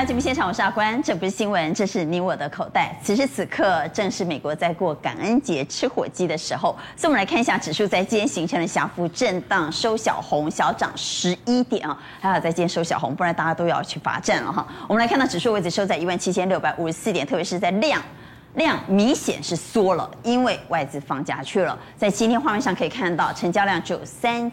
节目现场，我是阿关。这不是新闻，这是你我的口袋。此时此刻，正是美国在过感恩节吃火鸡的时候。所以，我们来看一下指数在今天形成了小幅震荡，收小红，小涨11点啊。还好在今天收小红，不然大家都要去罚站了哈。我们来看到指数位置收在17654点，特别是在量明显是缩了，因为外资放假去了。在今天画面上可以看到，成交量只有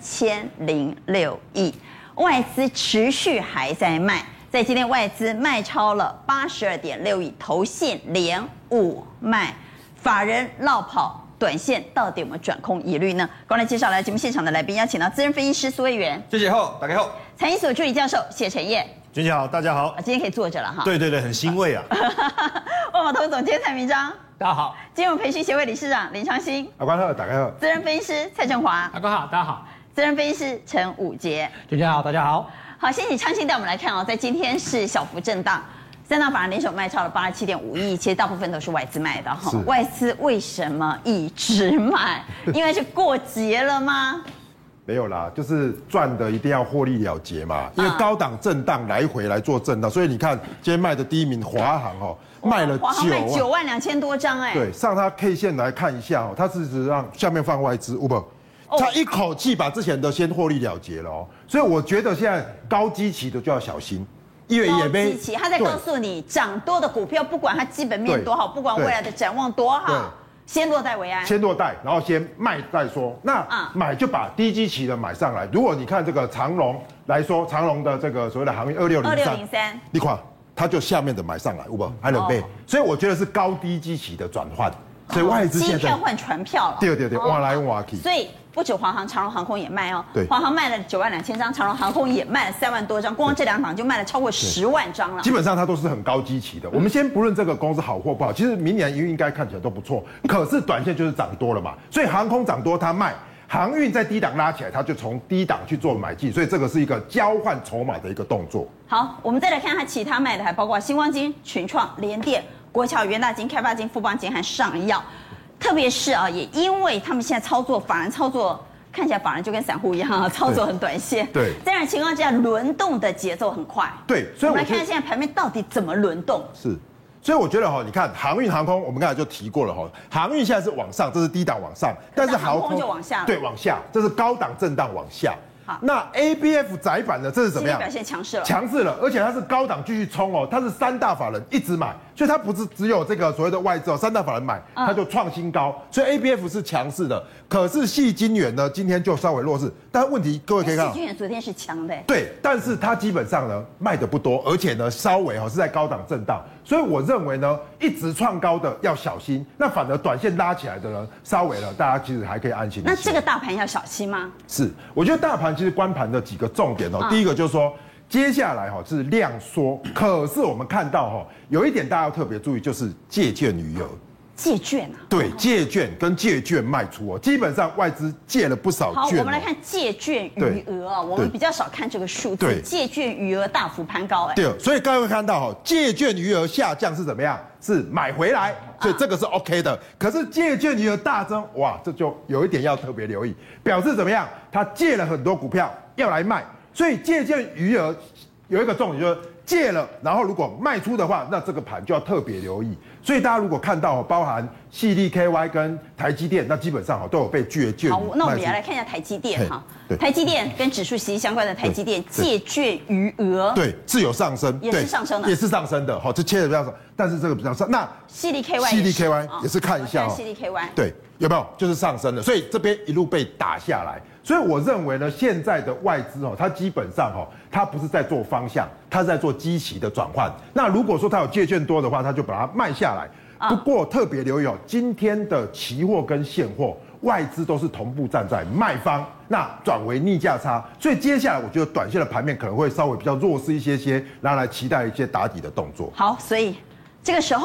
3006亿，外资持续还在卖。在今天外资卖超了82.6亿，投信连5卖，法人落跑，短线到底有没有转空疑虑呢？刚才介绍来节目现场的来宾，邀请到资深分析师苏卫元， 谢谢后，大家好， 财经所助理教授谢晨彦， 君姐好，大家好。 今天可以坐着了哈。 对，很欣慰啊。 万宝投总监蔡明彰， 大家好。 金融培训协会理事长林昌兴， 阿关好，大家好。 资深分析师蔡振华， 阿关好，大家好。 资深分析师陈武杰， 君姐好，大家好。 好，先请昌兴带我们来看哦，在今天是小幅震荡，三大法人联手卖超了87.5亿，其实大部分都是外资卖的哈。外资为什么一直买？因为是过节了吗？ 没有啦，就是赚的一定要获利了结嘛，因为高档震荡来回来做震荡，所以你看今天卖的第一名华航哦，卖了 9万2000多张哎。 对，上它 K 线来看一下哦，它事实上下面放外资，不。他一口气把之前的先获利了结了哦，所以我觉得现在高基期的就要小心，因为也没他在告诉你，涨多的股票不管它基本面多好，不管未来的展望多好，先落袋为安， 先落袋，然后先卖再说。那买就把低基期的买上来。如果你看这个长荣来说，长荣的这个所谓的航运2603，你看它就下面的买上来，有不还能背？所以我觉得是高低基期的转换。所以外资现在机票换船票了， 对，挖来挖去。 所以不止华航，长荣航空也卖哦。 对， 华航卖了9万2000张，长荣航空也卖了3万多张，光这两档就卖了超过10万张了。 基本上它都是很高基期的。我们先不论这个公司好或不好，其实明年营运应该看起来都不错。可是短线就是涨多了嘛，所以航空涨多它卖，航运在低档拉起来，它就从低档去做买进，所以这个是一个交换筹码的一个动作。 好，我们再来看它其他卖的，还包括新光金、群创、联电、国侨、元大金、开发金、富邦金和上药。特别是啊，也因为他们现在法人操作看起来法人就跟散户一样啊，操作很短线。 对， 这样的情况之下，轮动的节奏很快。 对，所以我们来看现在盘面到底怎么轮动。 是，所以我觉得你看航运航空，我们刚才就提过了航运现在是往上，这是低档往上，但是航空就往下。 对，往下，这是高档震荡往下。好，那 ABF 载板呢？这是怎么样？ 表现强势了， 强势了，而且它是高档继续冲哦，它是三大法人一直买，所以它不是只有这个所谓的外资三大法人买，它就创新高，所以 ABF 是强势的。可是矽晶圆呢，今天就稍微弱势，但问题各位可以看到， 矽晶圆昨天是强的， 对，但是它基本上呢卖的不多，而且呢稍微是在高档震荡，所以我认为呢一直创高的要小心，那反而短线拉起来的呢稍微大家其实还可以安心。 那这个大盘要小心吗？ 是，我觉得大盘其实观盘的几个重点第一个就是说，接下来是量缩，可是我们看到有一点大家要特别注意，就是借券余额。 借券啊？ 对，借券跟借券卖出基本上外资借了不少券。 好，我们来看借券余额我们比较少看这个数字。借券余额大幅攀高对，所以刚刚看到借券余额下降是怎么样？是买回来，所以这个是 OK 的。可是借券余额大增，哇，这就有一点要特别留意，表示怎么样？他借了很多股票要来卖，所以借券余额有一个重点就是借了，然后如果卖出的话，那这个盘就要特别留意。所以大家如果看到包含矽力 KY 跟台积电，那基本上都有被借券。 好，那我们也来看一下台积电哈。台积电跟指数息息相关的台积电借券余额， 对，是有上升， 也是上升的， 也是上升的。好，这切的比较少，但是这个比较少。那矽力 KY 也是看一下矽力 KY 对，有没有就是上升的？所以这边一路被打下来。所以我认为呢，现在的外资它基本上它不是在做方向，它是在做基期的转换。那如果说它有借券多的话，它就把它卖下来。不过特别留意今天的期货跟现货外资都是同步站在卖方，那转为逆价差，所以接下来我觉得短线的盘面可能会稍微比较弱势一些，然后来期待一些打底的动作。 好，所以这个时候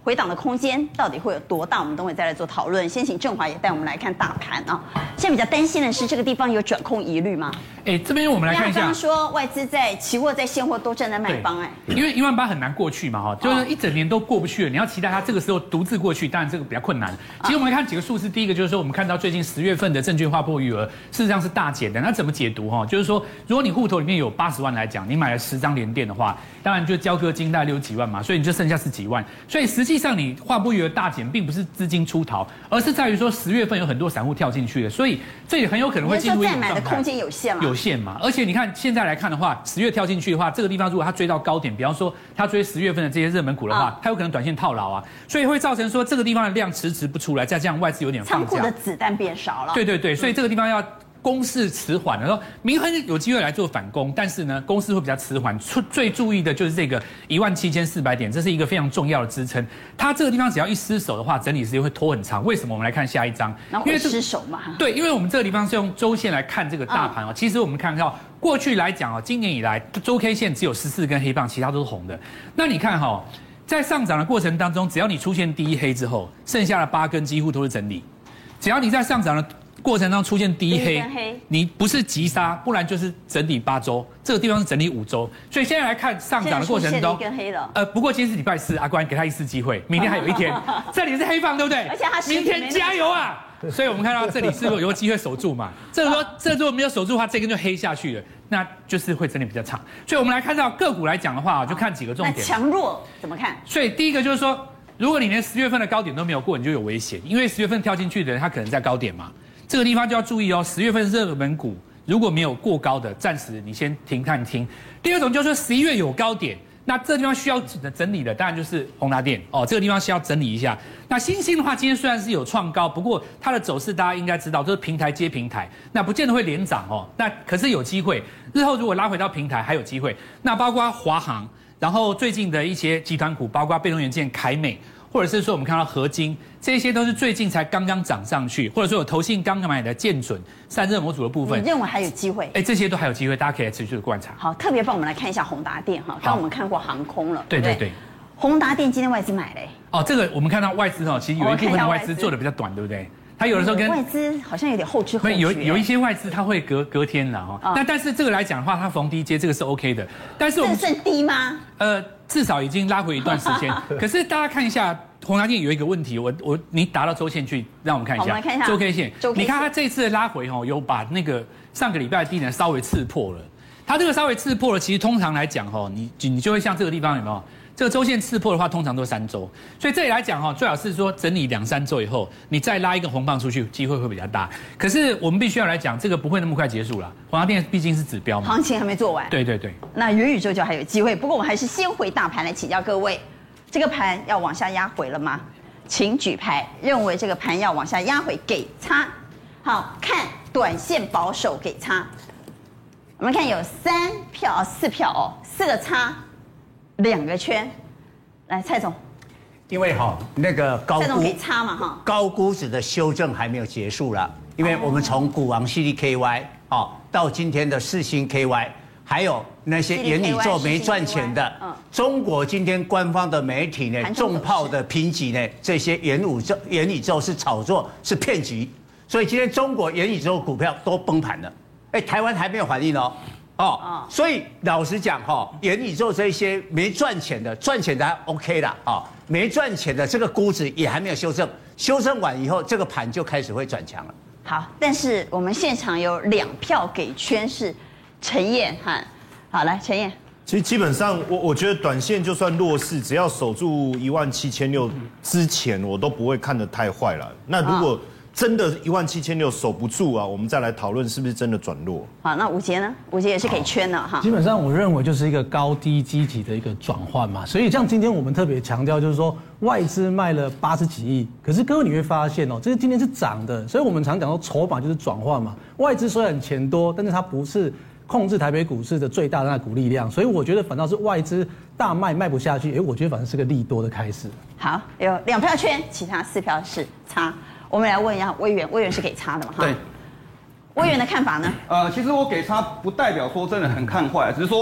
回档的空间到底会有多大？我们等会再来做讨论。先请振华也带我们来看大盘啊。现在比较担心的是这个地方有转空疑虑吗？ 这边我们来看一下。 刚刚说外资在期货在现货都站在卖方， 因为18000很难过去嘛，哈，就是一整年都过不去了。你要期待它这个时候独自过去，当然这个比较困难。其实我们来看几个数字，第一个就是说，我们看到最近10月份的证券划拨余额事实上是大减的。那怎么解读哈？就是说，如果你户头里面有80万来讲，你买了10张联电的话，当然就交割金大概60几万嘛，所以你就剩下10几万。所以实际上你划拨余额大减，并不是资金出逃，而是在于说10月份有很多散户跳进去了，所以这也很有可能会进入一种状态。 再买的空间有限嘛？ 有限嘛，而且你看现在来看的话，10月跳进去的话，这个地方如果它追到高点，比方说它追10月份的这些热门股的话，它有可能短线套牢啊，所以会造成说这个地方的量迟迟不出来，再这样外资有点放假， 仓库的子弹变少了。 对，所以这个地方要攻势迟缓了，说明亨有机会来做反攻，但是呢，攻势会比较迟缓。最注意的就是这个17400点，这是一个非常重要的支撑。它这个地方只要一失守的话，整理时间会拖很长。为什么？我们来看下一张， 然后会失守嘛？ 对，因为我们这个地方是用周线来看这个大盘哦。其实我们看到过去来讲哦，今年以来周 K 线只有14根黑棒，其他都是红的。那你看哈，在上涨的过程当中，只要你出现第一黑之后，剩下的8根几乎都是整理。只要你在上涨的过程当中出现第一黑，你不是急杀，不然就是整理8周，这个地方是整理5周，所以现在来看上涨的过程中， 一根黑了。 不过今天是礼拜4，阿关给他一次机会，明天还有一天，这里是黑棒，对不对？ 而且他明天加油啊！所以我们看到这里是有机会守住嘛？这如果没有守住的话，这根就黑下去了，那就是会整理比较长。所以我们来看到个股来讲的话，就看几个重点。 那强弱怎么看？ 所以第一个就是说，如果你连10月份的高点都没有过，你就有危险，因为10月份跳进去的人他可能在高点嘛。这个地方就要注意哦，10月份热门股如果没有过高的，暂时你先停看听。第二种就是说11月有高点，那这个地方需要整理的，当然就是宏达电哦，这个地方需要整理一下。那新兴的话，今天虽然是有创高，不过它的走势大家应该知道，就是平台接平台，那不见得会连涨哦。那可是有机会，日后如果拉回到平台还有机会。那包括华航，然后最近的一些集团股，包括被动元件、凯美。或者是说我们看到合金，这些都是最近才刚刚涨上去，或者说有投信刚刚买的建准散热模组的部分， 你认为还有机会？ 这些都还有机会，大家可以持续的观察。 好，特别帮我们来看一下宏达电哈，刚刚我们看过航空了， 对。 宏达电今天外资买嘞。 这个我们看到外资其实有一部分的外资做的比较短，对不对？它有的时候跟外资好像有点后知后觉。 有一些外资它会隔天了哈，但是这个来讲的话，它逢低接这个是 OK 的。但是我们这算低吗？ 至少已经拉回一段时间。可是大家看一下宏达电有一个问题，你打到周线去，让我们看一下。 我们来看一下周 K 线。你看它这次的拉回有把那个上个礼拜的低点稍微刺破了。它这个稍微刺破了，其实通常来讲你就会像这个地方有没有？这个周线刺破的话，通常都是3周，所以这里来讲最好是说整理2、3周以后，你再拉一个红棒出去，机会会比较大。可是我们必须要来讲，这个不会那么快结束了。宏达电毕竟是指标嘛， 行情还没做完。 对。 那元宇宙就还有机会，不过我们还是先回大盘来请教各位，这个盘要往下压回了吗？请举牌，认为这个盘要往下压回，给叉。好看，短线保守给叉。我们看有4票4个叉。2个圈，来蔡总， 因为那个蔡总给差嘛高估值的修正还没有结束了，因为我们从股王 CDKY 到今天的世芯 KY， 还有那些元宇宙没赚钱的，中国今天官方的媒体呢重炮的评级呢，这些元宇宙是炒作是骗局，所以今天中国元宇宙股票都崩盘了，台湾还没有反应所以老实讲元宇宙这些没赚钱的，赚钱的还 OK 啦没赚钱的这个估值也还没有修正，修正完以后这个盘就开始会转强了。 好，但是我们现场有2票给圈是陈燕好来陈燕。 其实基本上我觉得短线就算弱势，只要守住17600之前，我都不会看得太坏了。那如果真的17600守不住啊，我们再来讨论是不是真的转弱。好， 那武杰呢？武杰也是给圈了基本上我认为就是一个高低积极的一个转换嘛，所以像今天我们特别强调就是说外资卖了80几亿，可是各位你会发现这是今天是涨的，所以我们常讲说筹码就是转换嘛。外资虽然钱多，但是它不是控制台北股市的最大的那股力量，所以我觉得反倒是外资大卖不下去，我觉得反正是个利多的开始。 好，有2票圈，其他4票是差。我们来问一下威元，威元是给差的嘛？ 对， 威元的看法呢？ 其实我给差不代表说真的很看坏，只是说，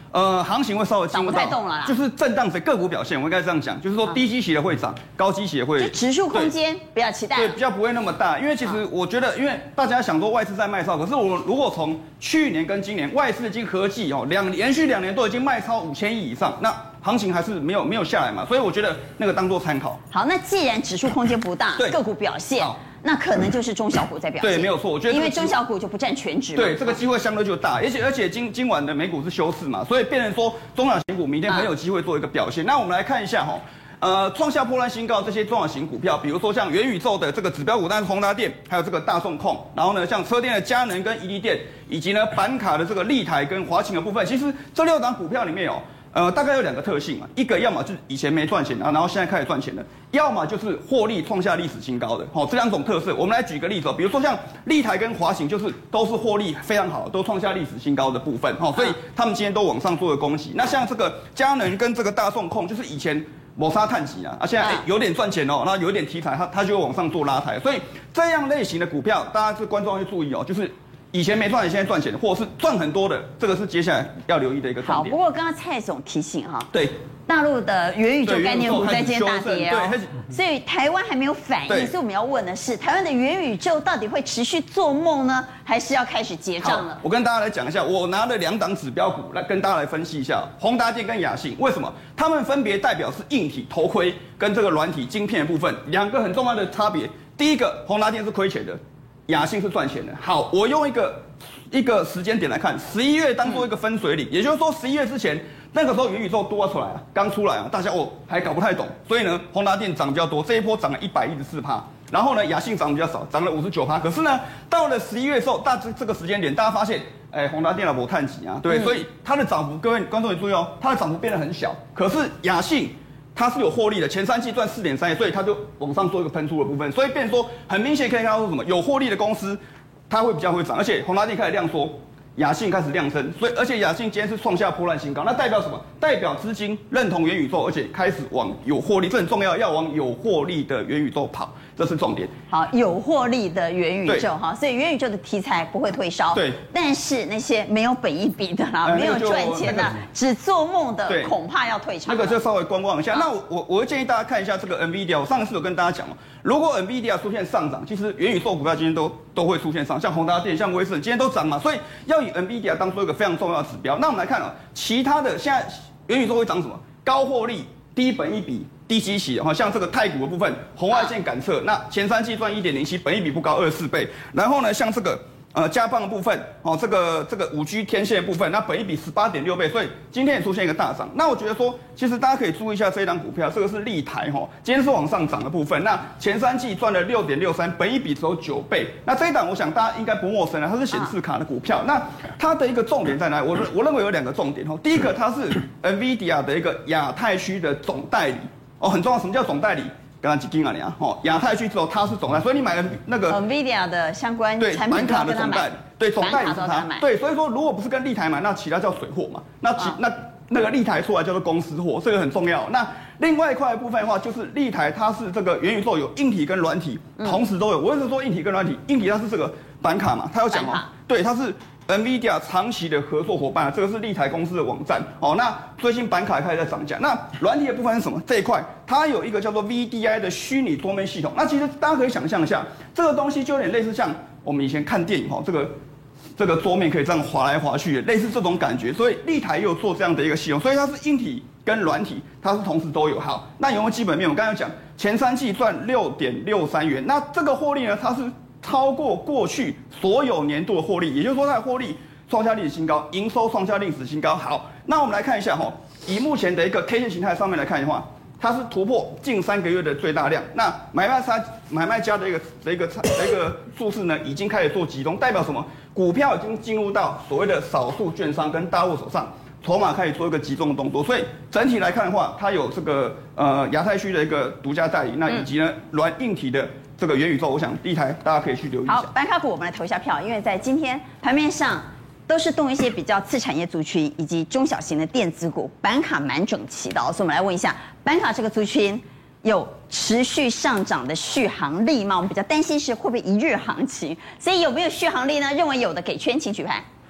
行情会稍微涨不太动了啦， 就是震荡的个股表现，我应该这样讲，就是说低基期的会涨，高基期的会， 就指数空间不要期待， 对，比较不会那么大，因为其实我觉得，因为大家想说外资在卖超，可是我如果从去年跟今年外资已经合计连续2年都已经卖超5000亿以上，那行情还是没有下来嘛，所以我觉得那个当做参考。 好，那既然指数空间不大，个股表现。那可能就是中小股在表现， 对，没有错。我觉得因为中小股就不占全值嘛， 对，这个机会相对就大，而且今晚的美股是休市嘛，所以变成说中小型股明天很有机会做一个表现。那我们来看一下创下波段新高这些中小型股票，比如说像元宇宙的这个指标股，但是宏达电，还有这个大众控，然后呢像车电的佳能跟宜立电，以及呢板卡的这个立台跟华擎的部分，其实这6档股票里面大概有2个特性啊，一个要么就是以前没赚钱然后现在开始赚钱的，要么就是获利创下历史新高的，这2种特色。我们来举个例子比如说像立台跟华擎，就是都是获利非常好，都创下历史新高的部分所以他们今天都往上做了恭喜。那像这个佳能跟这个大众控，就是以前抹杀碳基现在有点赚钱然后有点题材，它就会往上做拉抬，所以这样类型的股票，大家是观众要注意就是以前没赚钱，现在赚钱，或者是赚很多的，这个是接下来要留意的一个重点。 好，不过刚刚蔡总提醒对， 大陆的元宇宙概念股在今天大跌对， 所以台湾还没有反应，所以我们要问的是，台湾的元宇宙到底会持续做梦呢，还是要开始结账了？ 我跟大家来讲一下，我拿了2档指标股来跟大家来分析一下，宏达电跟雅信，为什么？他们分别代表是硬体头盔跟这个软体晶片的部分，2个很重要的差别。第一个，宏达电是亏钱的。雅信是赚钱的。好，我用一个时间点来看，11月当做一个分水岭，也就是说11月之前，那个时候元宇宙多出来刚出来大家还搞不太懂，所以呢，宏达电涨比较多，这一波涨了114%，然后呢，雅信涨比较少，涨了59%。可是呢，到了11月之后，这个时间点，大家发现，宏达电没碳基对，所以它的涨幅，各位观众也注意它的涨幅变得很小。可是雅信它是有获利的，前3季赚4.3亿，所以它就往上做一个喷出的部分，所以变成说很明显可以看到说什么有获利的公司，它会比较会涨，而且宏达电开始量缩，雅信开始量升，所以而且雅信今天是创下波段新高，那代表什么？代表资金认同元宇宙，而且开始往有获利，这很重要，要往有获利的元宇宙跑，这是重点。 好，有获利的元宇宙所以元宇宙的题材不会退烧。 对， 但是那些没有本益比的没有赚钱的，只做梦的，恐怕要退场。 那个就稍微观望一下。那我会建议大家看一下这个 NVIDIA， 我上次有跟大家讲如果 NVIDIA 出现上涨，其实元宇宙股票今天都会出现上，像宏达电、像威盛今天都涨嘛，所以要以 NVIDIA 当做一个非常重要的指标。那我们来看其他的现在元宇宙会涨什么？高获利、低本益比、低基期，像这个太古的部分，红外线感测，那前3季赚1.07，本益比不高，24倍。然后呢，像这个加棒的部分，这个5G 天线的部分，那本益比18.6倍，所以今天也出现一个大涨。那我觉得说，其实大家可以注意一下这一档股票，这个是立台今天是往上涨的部分。那前3季赚了6.63，本益比只有9倍。那这一档我想大家应该不陌生了，它是显示卡的股票。那它的一个重点在哪里？我认为有2个重点第一个，它是 NVIDIA 的一个亚太区的总代理很重要。什么叫总代理？刚刚几斤亚太区之后它是总代理，所以你买了那个 NVIDIA 的相关产品卡的总代理，对，总代理是它，对，所以说如果不是跟立台买，那其他叫水货嘛，那个立台出来叫做公司货，这个很重要。那另外一块的部分的话，就是立台它是这个元宇宙有硬体跟软体同时都有。我为什么说硬体跟软体？硬体它是这个板卡嘛，它有讲对，它是 NVIDIA 长期的合作伙伴，这个是立台公司的网站那最近板卡开始在涨价。那软体的部分是什么？这一块它有一个叫做 VDI 的虚拟桌面系统。那其实大家可以想象一下，这个东西就有点类似像我们以前看电影这个桌面可以这样滑来滑去，类似这种感觉。所以立台也有做这样的一个系统，所以它是硬体跟软体它是同时都有。好，那有没有基本面？我刚才讲前3季赚6.63元，那这个获利呢，它是超过过去所有年度的获利，也就是说它的获利创下历史新高，营收创下历史新高。好，那我们来看一下以目前的一个 K 线形态上面来看的话，它是突破近3个月的最大量。那买卖家的一个数字呢，已经开始做集中，代表什么？股票已经进入到所谓的少数券商跟大户手上，筹码开始做一个集中的动作。所以整体来看的话，它有这个亚太区的一个独家代理，那以及呢硬体的这个元宇宙，我想第一台大家可以去留意一下。 好，板卡股我们来投一下票，因为在今天盘面上都是动一些比较次产业族群以及中小型的电子股，板卡蛮整齐的所以我们来问一下，板卡这个族群有持续上涨的续航力吗？我们比较担心是会不会一日行情，所以有没有续航力呢？认为有的给圈，请举牌。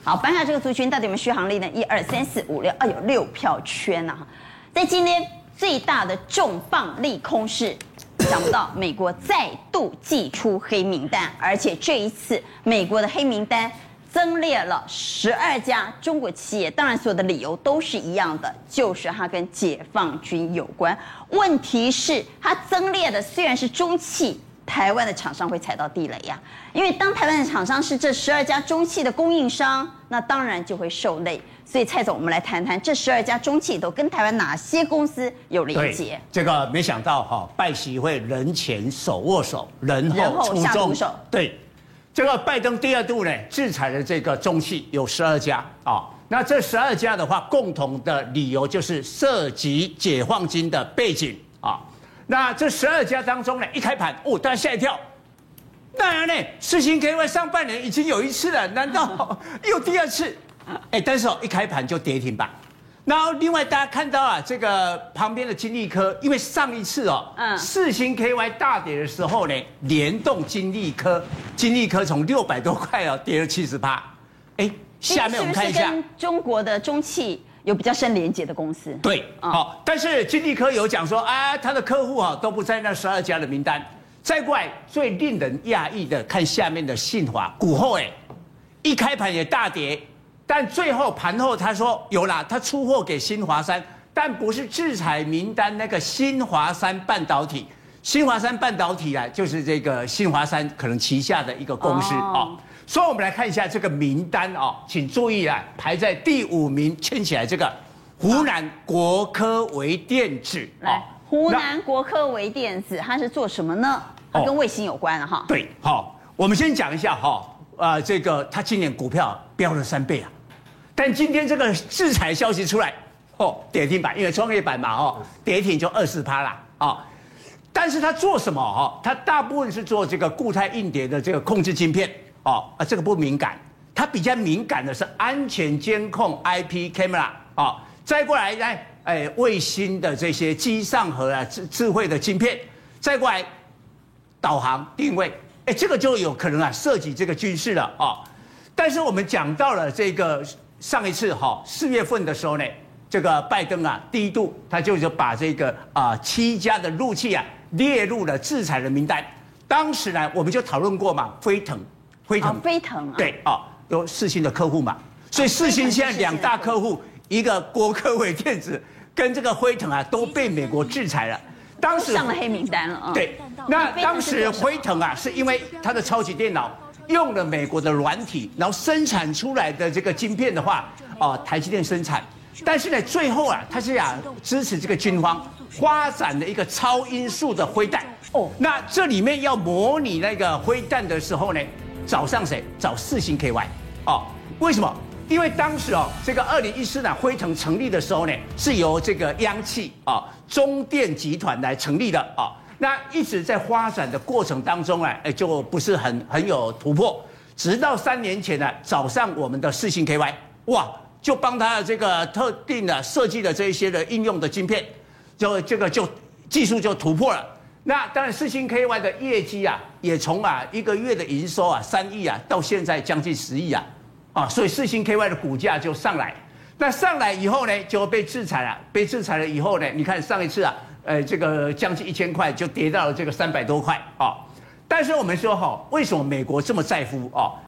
好，搬下这个族群到底有没有续航力呢？1、2、3、4、5、6，有6票圈啊！在今天最大的重磅利空是，想不到美国再度祭出黑名单，而且这一次美国的黑名单增列了12家中国企业，当然所有的理由都是一样的，就是它跟解放军有关。问题是，它增列的虽然是中企，台湾的厂商会踩到地雷呀，因为当台湾的厂商是这12家中企的供应商，那当然就会受累。所以蔡总，我们来谈谈这12家中企都跟台湾哪些公司有连结？ 这个没想到拜习会人前手握手，人后出重手。对，这个拜登第2度呢制裁了这个中企有12家啊。那这12家的话，共同的理由就是涉及解放军的背景啊。那这12家当中呢，一开盘大家吓一跳。当然呢，世芯 KY 上半年已经有1次了，难道又第2次？但是一开盘就跌停板。然后另外大家看到这个旁边的金利科，因为上一次世芯 KY 大跌的时候呢，联动金利科从600多块跌了70%。下面我们看一下， 是不是跟中国的中企有比较深连结的公司？ 对，但是金利科有讲说他的客户都不在那12家的名单。再过来最令人讶异的，看下面的信华股后一开盘也大跌。但最后盘后他说有啦，他出货给新华山，但不是制裁名单那个新华山半导体。新华山半导体就是这个新华山可能旗下的一个公司所以我们来看一下这个名单请注意排在第5名圈起来这个湖南国科微电子湖南国科微电子它是做什么呢？它跟卫星有关对，我们先讲一下这个它今年股票飙了3倍但今天这个制裁消息出来，跌停板，因为创业板嘛，跌停就20%啦，但是它做什么？它大部分是做这个固态硬碟的这个控制晶片，这个不敏感，它比较敏感的是安全监控 IP camera，再过来卫星的这些机上盒智慧的晶片，再过来导航定位，这个就有可能涉及这个军事了但是我们讲到了这个上一次4月份的时候呢，这个拜登第1度他就把这个7家的陆企列入了制裁的名单。当时呢我们就讨论过嘛，飞腾对有世芯的客户嘛，所以世芯现在2大客户，一个国科微电子跟这个飞腾都被美国制裁了。当时上了黑名单了对，那当时飞腾是因为它的超级电脑用了美国的软体，然后生产出来的这个晶片的话，台积电生产。但是呢，最后它是支持这个军方发展的一个超音速的飞弹。那这里面要模拟那个飞弹的时候呢，找上谁？找世芯 KY。为什么？因为当时这个2014年飞腾成立的时候呢，是由这个央企中电集团来成立的那一直在发展的过程当中就不是很有突破，直到3年前找上我们的世芯 KY， 就帮他这个特定的设计的这一些的应用的晶片，就技术就突破了。那当然世芯 KY 的业绩也从1个月的营收3亿到现在将近10亿所以世芯 KY 的股价就上来。那上来以后呢，就被制裁了。被制裁了以后呢，你看上一次这个将近1000块就跌到了这个300多块但是我们说为什么美国这么在乎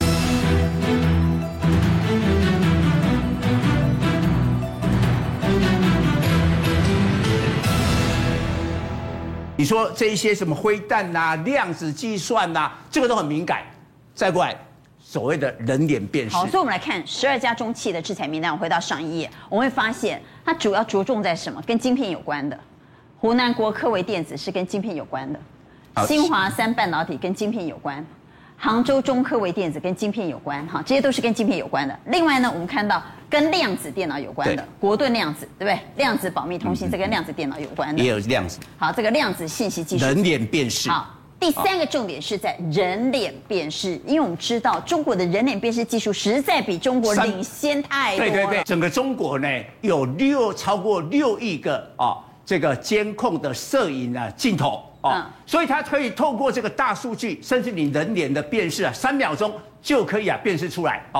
你说这一些什么灰弹量子计算这个都很敏感。再过来所谓的人脸辨识。 好，所以我们来看12家中企的制裁名单。我回到上一页，我们会发现它主要着重在什么？跟晶片有关的。湖南国科微电子是跟晶片有关的，新华三半导体跟晶片有关，杭州中科微电子跟晶片有关，这些都是跟晶片有关的。另外呢，我们看到跟量子电脑有关的国盾量子，对不对？量子保密通信，这跟量子电脑有关的， 也有量子。 好，这个量子信息技术， 人脸辨识。 好。第3个重点是在人脸辨识，因为我们知道中国的人脸辨识技术实在比中国领先太多了。 对，整个中国呢有超过6亿个这个监控的摄影镜头所以它可以透过这个大数据，甚至你人脸的辨识3秒钟就可以辨识出来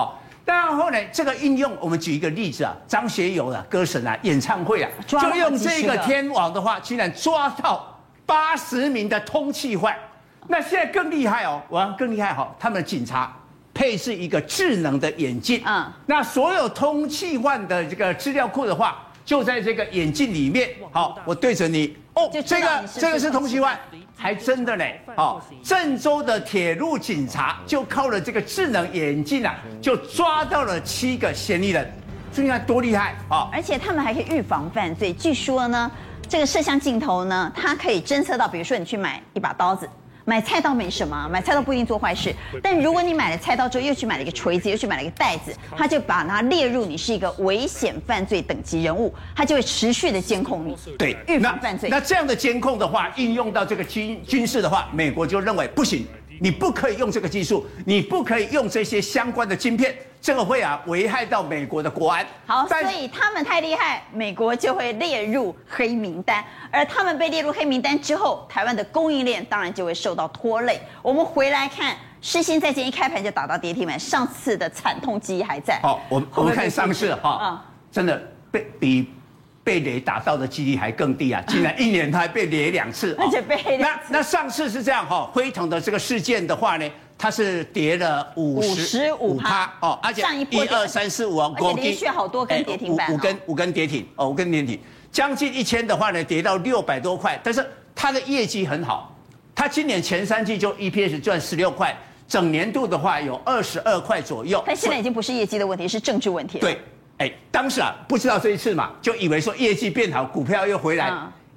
然后呢，这个应用我们举一个例子啊，张学友啊，歌神啊，演唱会啊，就用这个天网的话，竟然抓到80名的通缉犯。那现在更厉害哦，更厉害他们的警察配置一个智能的眼镜，那所有通缉犯的这个资料库的话，就在这个眼镜里面。好，我对着你，这个是通缉犯。还真的嘞，郑州的铁路警察就靠了这个智能眼镜啊，就抓到了7个嫌疑人，所以你看多厉害啊！ 而且他们还可以预防犯罪。据说呢，这个摄像镜头呢，它可以侦测到，比如说你去买一把刀子。买菜刀没什么，买菜刀不一定做坏事。但如果你买了菜刀之后，又去买了一个锤子，又去买了一个袋子，他就把它列入你是一个危险犯罪等级人物，他就会持续的监控你， 对， 预防犯罪。 那这样的监控的话，应用到这个军事的话，美国就认为不行，你不可以用这个技术，你不可以用这些相关的晶片，这个会危害到美国的国安。 好，所以他们太厉害，美国就会列入黑名单。而他们被列入黑名单之后，台湾的供应链当然就会受到拖累。我们回来看世芯再见一开盘就打到跌停板，上次的惨痛记忆还在。 好，我们看上次真的比被雷打到的几率还更低啊！竟然1年它还被雷2次， 而且被黑2次。 那上次是这样辉腾的这个事件的话呢，它是跌了55%而且1、2、3、4、5 而且连续好多根跌停板 ，5根跌停5根跌停，将近1000的话呢，跌到600多块，但是它的业绩很好，它今年前3季就 EPS 赚16块，整年度的话有22块左右。 但现在已经不是业绩的问题，是政治问题了。 对。当时不知道这一次嘛，就以为说业绩变好，股票又回来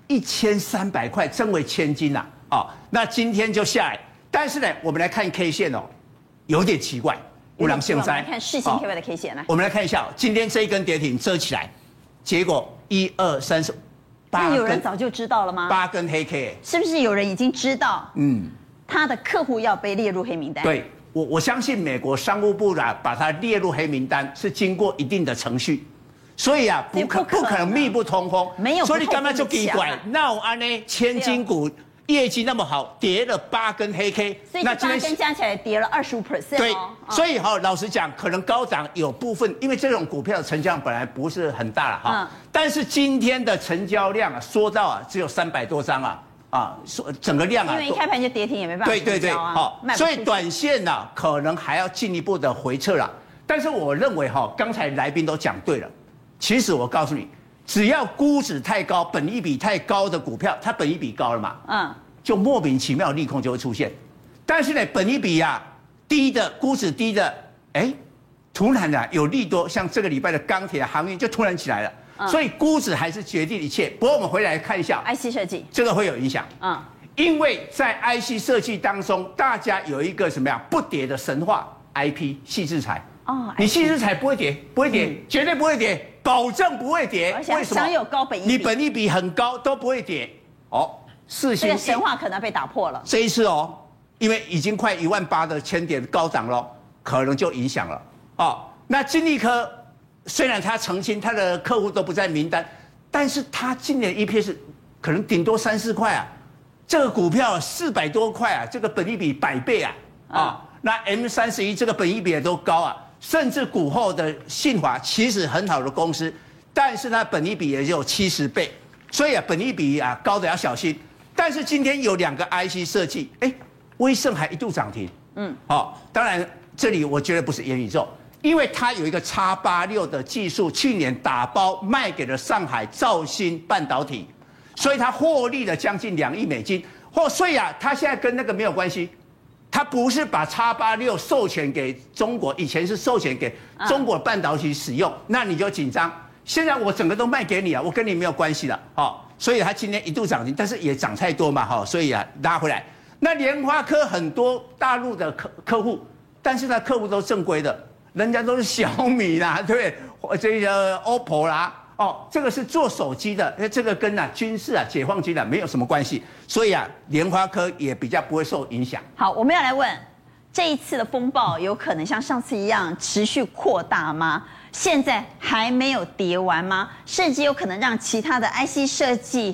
，1300块增为千金呐，那今天就下来。但是呢，我们来看 K 线有点奇怪， 我们来看世芯 KY 的 K 线来， 我们来看一下，今天这一根跌停遮起来，结果1、2、3、4、 8根，有人早就知道了吗 ？8根黑 K， 是不是有人已经知道？他的客户要被列入黑名单？ 对。我相信美国商务部把它列入黑名单是经过一定的程序，所以不可能密不通风， 没有， 所以你干嘛就奇怪？那我安呢，千金股业绩那么好，跌了8根黑 K， 所以这8根加起来跌了25%。 对，所以老实讲，可能高涨有部分，因为这种股票的成交量本来不是很大了但是今天的成交量说到只有300多张整个量因为一开盘就跌停也没办法对所以短线可能还要进一步的回撤了。但是我认为刚才来宾都讲对了，其实我告诉你，只要估值太高、本益比太高的股票，它本益比高了嘛，就莫名其妙利空就会出现。但是呢，本益比低的、估值低的，突然有利多，像这个礼拜的钢铁航运就突然起来了。所以估值还是决定一切。不过我们回来看一下 IC 设计， 这个会有影响。因为在 IC 设计当中，大家有一个什么样不跌的神话 IP 矽智财。你矽智财不会跌，不会跌，绝对不会跌，保证不会跌。 而且享有高本益比， 你本益比很高都不会跌。世芯这个神话可能被打破了。 这一次因为已经快18000的千点高涨了，可能就影响了。那金利科。虽然他澄清他的客户都不在名单，但是他今年 EPS 可能顶多3、4块这个股票400多块这个本益比100倍那 M31这个本益比也都高甚至股后的信华其实很好的公司，但是它本益比也只有70倍，所以本益比高的要小心。但是今天有2个 IC 设计，威盛还一度涨停，当然这里我觉得不是元宇宙。因为它有一个 X86 的技术，去年打包卖给了上海兆芯半导体，所以它获利了将近2亿美金。所以它现在跟那个没有关系，它不是把 X86 授权给中国，以前是授权给中国半导体使用，那你就紧张。现在我整个都卖给你我跟你没有关系了所以它今天一度涨停，但是也涨太多嘛所以拉回来。那联发科很多大陆的客户，但是它客户都正规的。人家都是小米啦，对不对？这个 OPPO 啦，这个是做手机的，这个跟军事解放军没有什么关系，所以联发科也比较不会受影响。 好，我们要来问，这一次的风暴有可能像上次一样持续扩大吗？现在还没有跌完吗？甚至有可能让其他的 IC 设计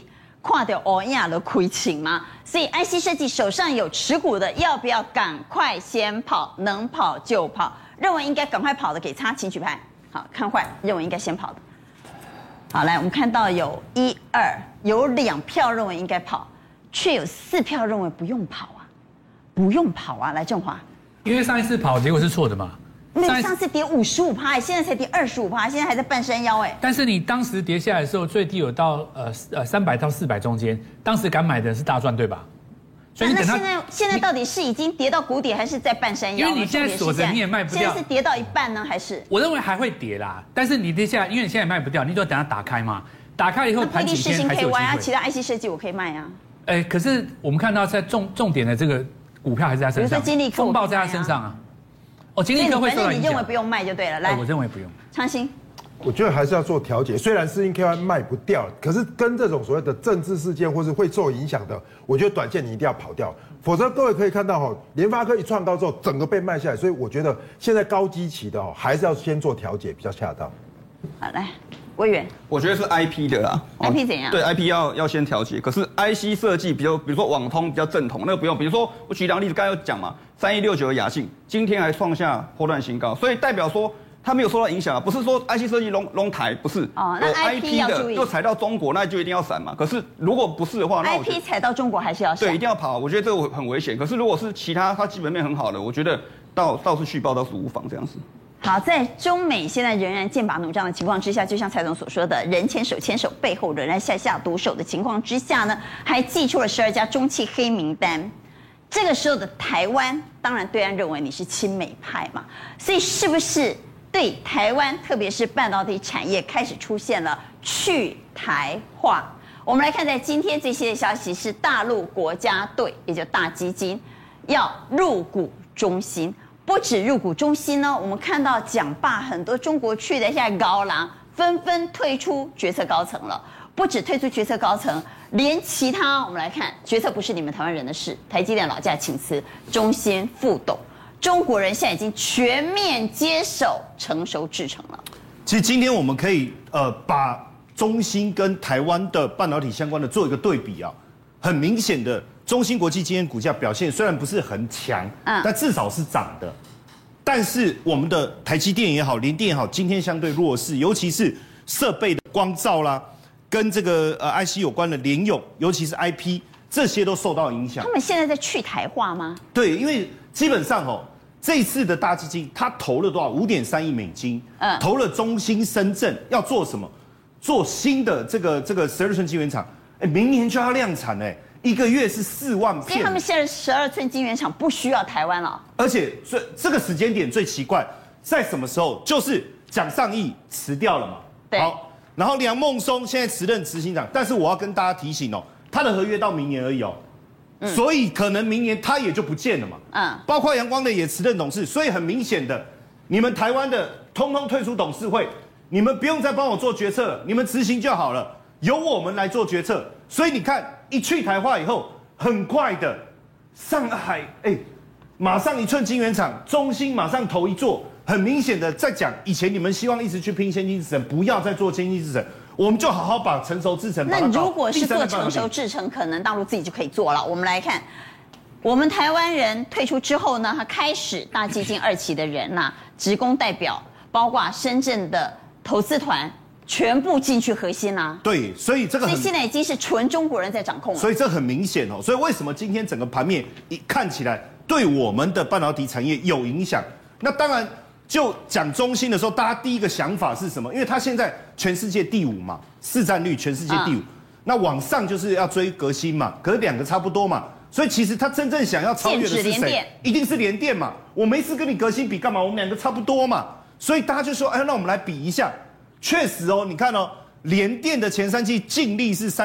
跨掉欧亚的亏情吗？所以 IC 设计手上有持股的，要不要赶快先跑？能跑就跑，认为应该赶快跑的给叉，请举牌。好，看坏，认为应该先跑的。好，来，我们看到有1、2，有2票认为应该跑，却有4票认为不用跑啊，不用跑啊。来，正华， 因为上一次跑结果是错的嘛。 没有，上次跌55%，现在才跌25%，现在还在半山腰哎。 但是你当时跌下来的时候，最低有到300到400中间，当时敢买的是大赚，对吧？ 所以那现在到底是已经跌到谷底，还是在半山腰？ 因为你现在锁着你也卖不掉， 现在是跌到一半呢，还是？ 我认为还会跌啦，但是你跌下来，因为你现在也卖不掉，你就等它打开嘛，打开以后盘几天还是有机会啊， 其他 IC 设计我可以卖啊。 可是我们看到在重点的这个股票还是在身上， 比如说金利科， 风暴在他身上啊。哦，金利科会受到影响。 你认为不用卖就对了，来， 我认为不用。 昌兴， 我觉得还是要做调节。虽然世芯 KY 卖不掉，可是跟这种所谓的政治事件或是会受影响的，我觉得短线你一定要跑掉，否则各位可以看到哈，联发科一创高之后，整个被卖下来，所以我觉得现在高基期的哦，还是要先做调节比较恰当。 好，来，委员， 我觉得是 IP 的啦。 IP 怎样？ 对 IP 要先调节，可是 IC 设计，比如说网通比较正统，那个不用。比如说我举两个例子，刚才有讲嘛，3169的雅信今天还创下波段新高，所以代表说它没有受到影响啊，不是说 IC 设计龙台不是。 哦，那 IP 的又踩到中国，那就一定要闪嘛。可是如果不是的话，那 IP 踩到中国还是要闪。 对，一定要跑。我觉得这个很危险。可是如果是其他它基本面很好的，我觉得倒是续报倒是无妨这样子。 好，在中美现在仍然剑拔弩张的情况之下，就像蔡总所说的，人牵手牵手，背后仍然下毒手的情况之下呢，还寄出了12家中企黑名单。这个时候的台湾，当然对岸认为你是亲美派嘛，所以是不是对台湾，特别是半导体产业开始出现了去台化？我们来看，在今天最新的消息是，大陆国家队，也就大基金，要入股中芯。不止入股中芯呢，我们看到讲罢很多中国去的现在高廊纷纷退出决策高层了。不止退出决策高层，连其他我们来看，决策不是你们台湾人的事。台积电老架请辞，中芯副董，中国人现在已经全面接手成熟制程了。 其实今天我们可以把中芯跟台湾的半导体相关的做一个对比啊，很明显的。中芯国际今天股价表现虽然不是很强，但至少是涨的。但是我们的台积电也好，联电也好，今天相对弱势，尤其是设备的光罩啦，跟这个IC 有关的联咏，尤其是 IP， 这些都受到影响。 他们现在在去台化吗？ 对，因为基本上这一次的大基金，他投了多少？5.3亿美金，投了中芯深圳，要做什么？做新的这个12寸晶圆厂，明年就要量产1个月是4万片， 所以他们现在12寸晶圆厂不需要台湾了。 而且这个时间点最奇怪，在什么时候？就是蒋尚义辞掉了嘛。 对。 好，然后梁孟松现在辞任执行长，但是我要跟大家提醒他的合约到明年而已所以可能明年他也就不见了嘛。包括阳光的也辞任董事，所以很明显的，你们台湾的通通退出董事会，你们不用再帮我做决策了，你们执行就好了，由我们来做决策。所以你看。一去台化以后，很快的，上海马上1寸晶圆厂，中芯马上投一座，很明显的在讲，以前你们希望一直去拼先进制程，不要再做先进制程，我们就好好把成熟制程。 那如果是做成熟制程，可能大陆自己就可以做了。我们来看，我们台湾人退出之后呢，他开始大基金2期的人职工代表，包括深圳的投资团。全部进去核心啦， 对，所以这个， 所以现在已经是纯中国人在掌控了， 所以这很明显所以为什么今天整个盘面看起来对我们的半导体产业有影响？那当然，就讲中芯的时候，大家第一个想法是什么？因为它现在全世界第5嘛，市占率全世界第5，那往上就是要追革新嘛，可是2个差不多嘛，所以其实他真正想要超越的是谁？一定是联电嘛，我没事跟你革新比干嘛？我们2个差不多嘛，所以大家就说，那我们来比一下。确实你看联电的前3季净利是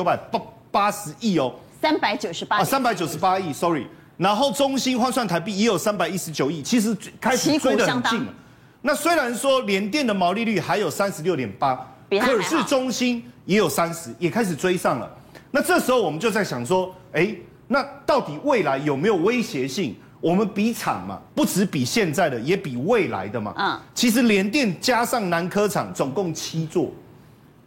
3980亿 398亿 398亿 ，sorry。然后中芯换算台币也有319亿，其实开始追得很近了。那虽然说联电的毛利率还有36.8%，可是中芯也有30%，也开始追上了。那这时候我们就在想说，那到底未来有没有威胁性？我们比厂嘛，不只比现在的，也比未来的嘛。其实联电加上南科厂总共7座，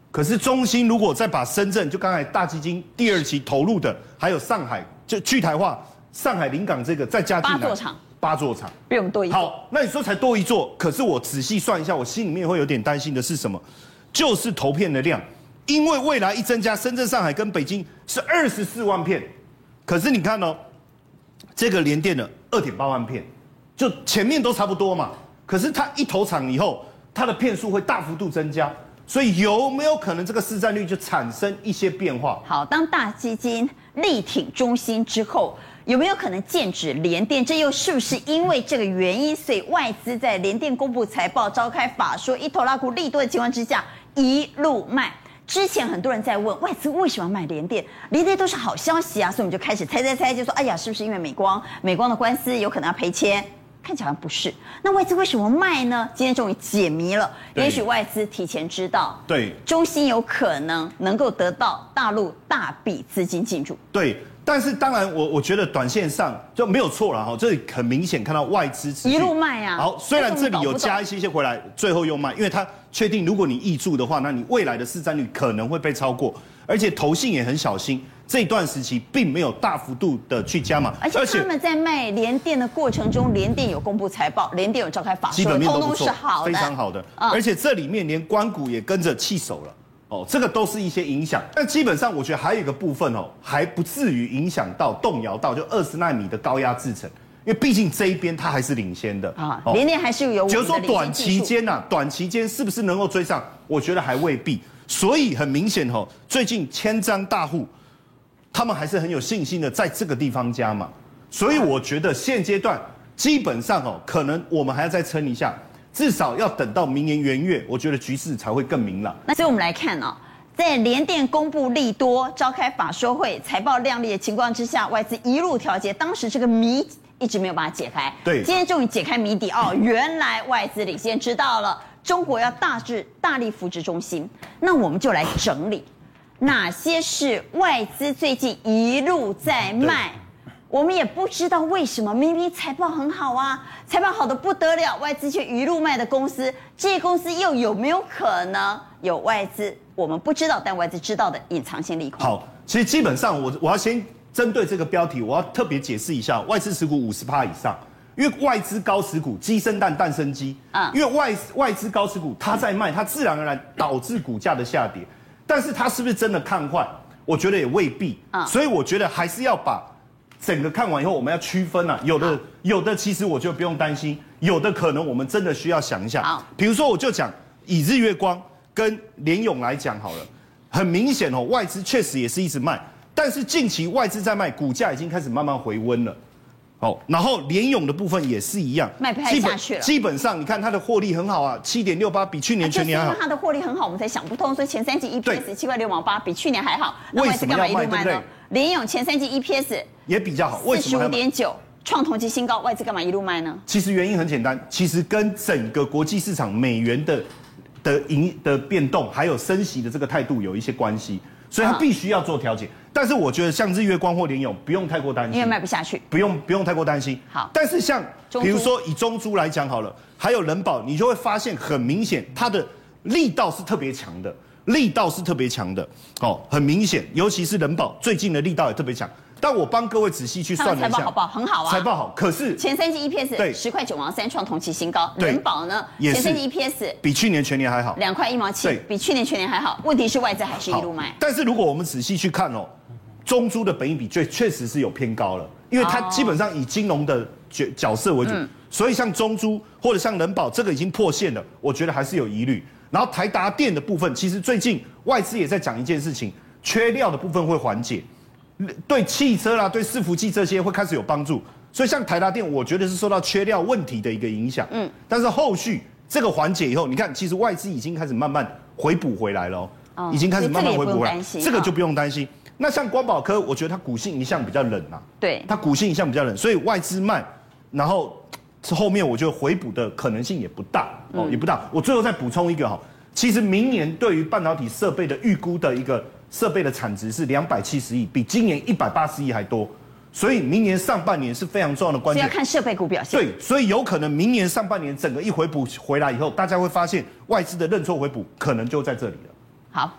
可是中芯如果再把深圳，就刚才大基金第2期投入的，还有上海就去台化、上海临港这个再加进来8座厂， 比我们多一座。 好，那你说才多一座，可是我仔细算一下，我心里面会有点担心的是什么？就是投片的量，因为未来一增加，深圳、上海跟北京是24万片，可是你看哦，这个联电的2.8万片，就前面都差不多嘛，可是它一投厂以后，它的片数会大幅度增加。所以有没有可能这个市占率就产生一些变化？ 好，当大基金力挺中芯之后，有没有可能剑指联电？这又是不是因为这个原因，所以外资在联电公布财报、召开法说、一头拉股利多的情况之下，一路卖？之前很多人在问外资为什么要买联电，联电都是好消息啊，所以我们就开始猜，就说哎呀，是不是因为美光的官司有可能要赔钱？看起来不是，那外资为什么卖呢？今天终于解谜了。也许外资提前知道， 对， 中芯有可能够得到大陆大笔资金进驻。 对，但是当然我觉得短线上就没有错了哈，这里很明显看到外资一路卖啊。 好，虽然这里有加一些回来，最后又卖，因为它确定如果你挹注的话，那你未来的市占率可能会被超过，而且投信也很小心。这段时期并没有大幅度的去加码， 而且他们在卖联电的过程中，联电有公布财报，联电有召开法说， 基本面都不错， 通通是好的， 非常好的。而且这里面连官股也跟着弃守了，哦，这个都是一些影响。但基本上我觉得还有一个部分哦，还不至于影响到动摇到就20奈米的高压制程，因为毕竟这一边它还是领先的啊，联电还是有。 就是说短期间是不是能够追上？我觉得还未必。所以很明显哦，最近千张大户。他们还是很有信心的，在这个地方加码，所以我觉得现阶段基本上哦，可能我们还要再撑一下，至少要等到明年元月，我觉得局势才会更明朗。 那所以我们来看哦，在联电公布利多、召开法说会、财报亮丽的情况之下，外资一路调节，当时这个谜一直没有把它解开。 对， 今天终于解开谜底哦，原来外资领先知道了，中国要大力扶植中芯，那我们就来整理。哪些是外资最近一路在卖？我们也不知道为什么，明明财报很好啊，财报好的不得了，外资却一路卖的公司，这些公司又有没有可能有外资我们不知道，但外资知道的隐藏性利空？ 好，其实基本上我要先针对这个标题，我要特别解释一下，外资持股50%以上，因为外资高持股，鸡生蛋，蛋生鸡，因为外资高持股，它在卖，它自然而然导致股价的下跌。但是他是不是真的看坏？我觉得也未必所以我觉得还是要把整个看完以后，我们要区分啊。有的其实我就不用担心，有的可能我们真的需要想一下。比如说我就讲以日月光跟联咏来讲好了，很明显哦，外资确实也是一直卖，但是近期外资在卖，股价已经开始慢慢回温了。哦，然后联咏的部分也是一样， 卖不太下去了。 基本上你看它的获利很好啊，7.68比去年全年还好。 就是因为它的获利很好，我们才想不通，所以前3季 EPS 7块6毛8，比去年还好。 为什么要卖？对不对？ 联咏前3季 EPS 也比较好，为什么 45.9，创同期新高，外资干嘛一路卖呢？ 其实原因很简单，其实跟整个国际市场美元的变动，还有升息的这个态度有一些关系。所以它必须要做调节，但是我觉得像日月光或联咏不用太过担心， 因为卖不下去， 不用太过担心。 好， 但是像比如说以中租来讲好了，还有人保，你就会发现很明显它的力道是特别强的，哦，很明显，尤其是人保最近的力道也特别强。但我帮各位仔细去算了一下， 财报好不好？很好啊， 财报好，可是前3季 EPS 对 10块9毛3，创同期新高。人保呢，前3季 EPS 比去年全年还好 ，2块1毛7，比去年全年还好。问题是外资还是一路卖。 但是如果我们仔细去看哦，中租的本益比确实是有偏高了，因为它基本上以金融的角色为主，所以像中租或者像人保这个已经破线了，我觉得还是有疑虑。然后台达电的部分，其实最近外资也在讲一件事情，缺料的部分会缓解。对汽车啦，对伺服器这些会开始有帮助，所以像台达电，我觉得是受到缺料问题的一个影响。但是后续这个缓解以后，你看，其实外资已经开始慢慢回补回来了，已经开始慢慢回补回来，这个就不用担心。那像光宝科，我觉得它股性一向比较冷啊， 对， 它股性一向比较冷，所以外资卖，然后后面我觉得回补的可能性也不大也不大。我最后再补充一个其实明年对于半导体设备的预估的一个设备的产值是270亿，比今年180亿还多，所以明年上半年是非常重要的关键。 是要看设备股表现。 对，所以有可能明年上半年整个一回补回来以后，大家会发现外资的认错回补可能就在这里了。 好。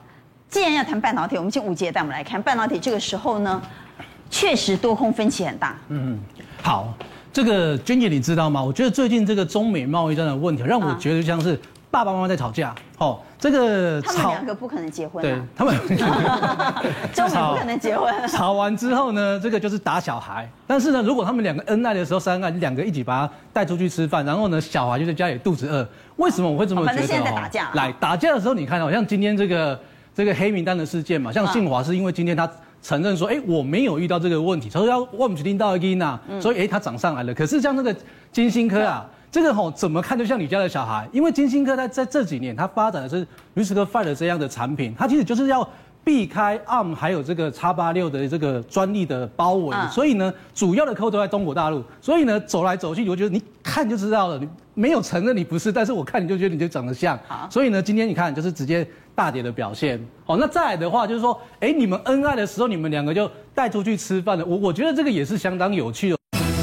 既然要谈半导体，我们请武杰带我们来看半导体这个时候呢，确实多空分歧很大。 好，这个娟姐你知道吗？我觉得最近这个中美贸易战的问题，让我觉得像是爸爸妈妈在吵架。这个他们两个不可能结婚， 对他们中美不可能结婚。 吵完之后呢，这个就是打小孩。但是呢，如果他们两个恩爱的时候，三爱两个一起把他带出去吃饭，然后呢，小孩就在家里肚子饿。为什么我会这么觉得？ 反正现在在打架。 来打架的时候，你看到像今天这个黑名单的事件嘛，像信华是因为今天他承认说，我没有遇到这个问题，他说要我们去听到一呐，所以他涨上来了。可是像这个金星科啊。这个怎么看就像你家的小孩，因为金星科在这几年它发展的是 RISC-V 这样的产品，它其实就是要避开 ARM 还有这个 X86的这个专利的包围，所以呢，主要的客户都在中国大陆，所以呢，走来走去，我觉得你看就知道了，你没有承认你不是，但是我看你就觉得你就长得像，所以呢，今天你看就是直接大跌的表现。那再来的话就是说，你们恩爱的时候，你们两个就带出去吃饭了，我觉得这个也是相当有趣的。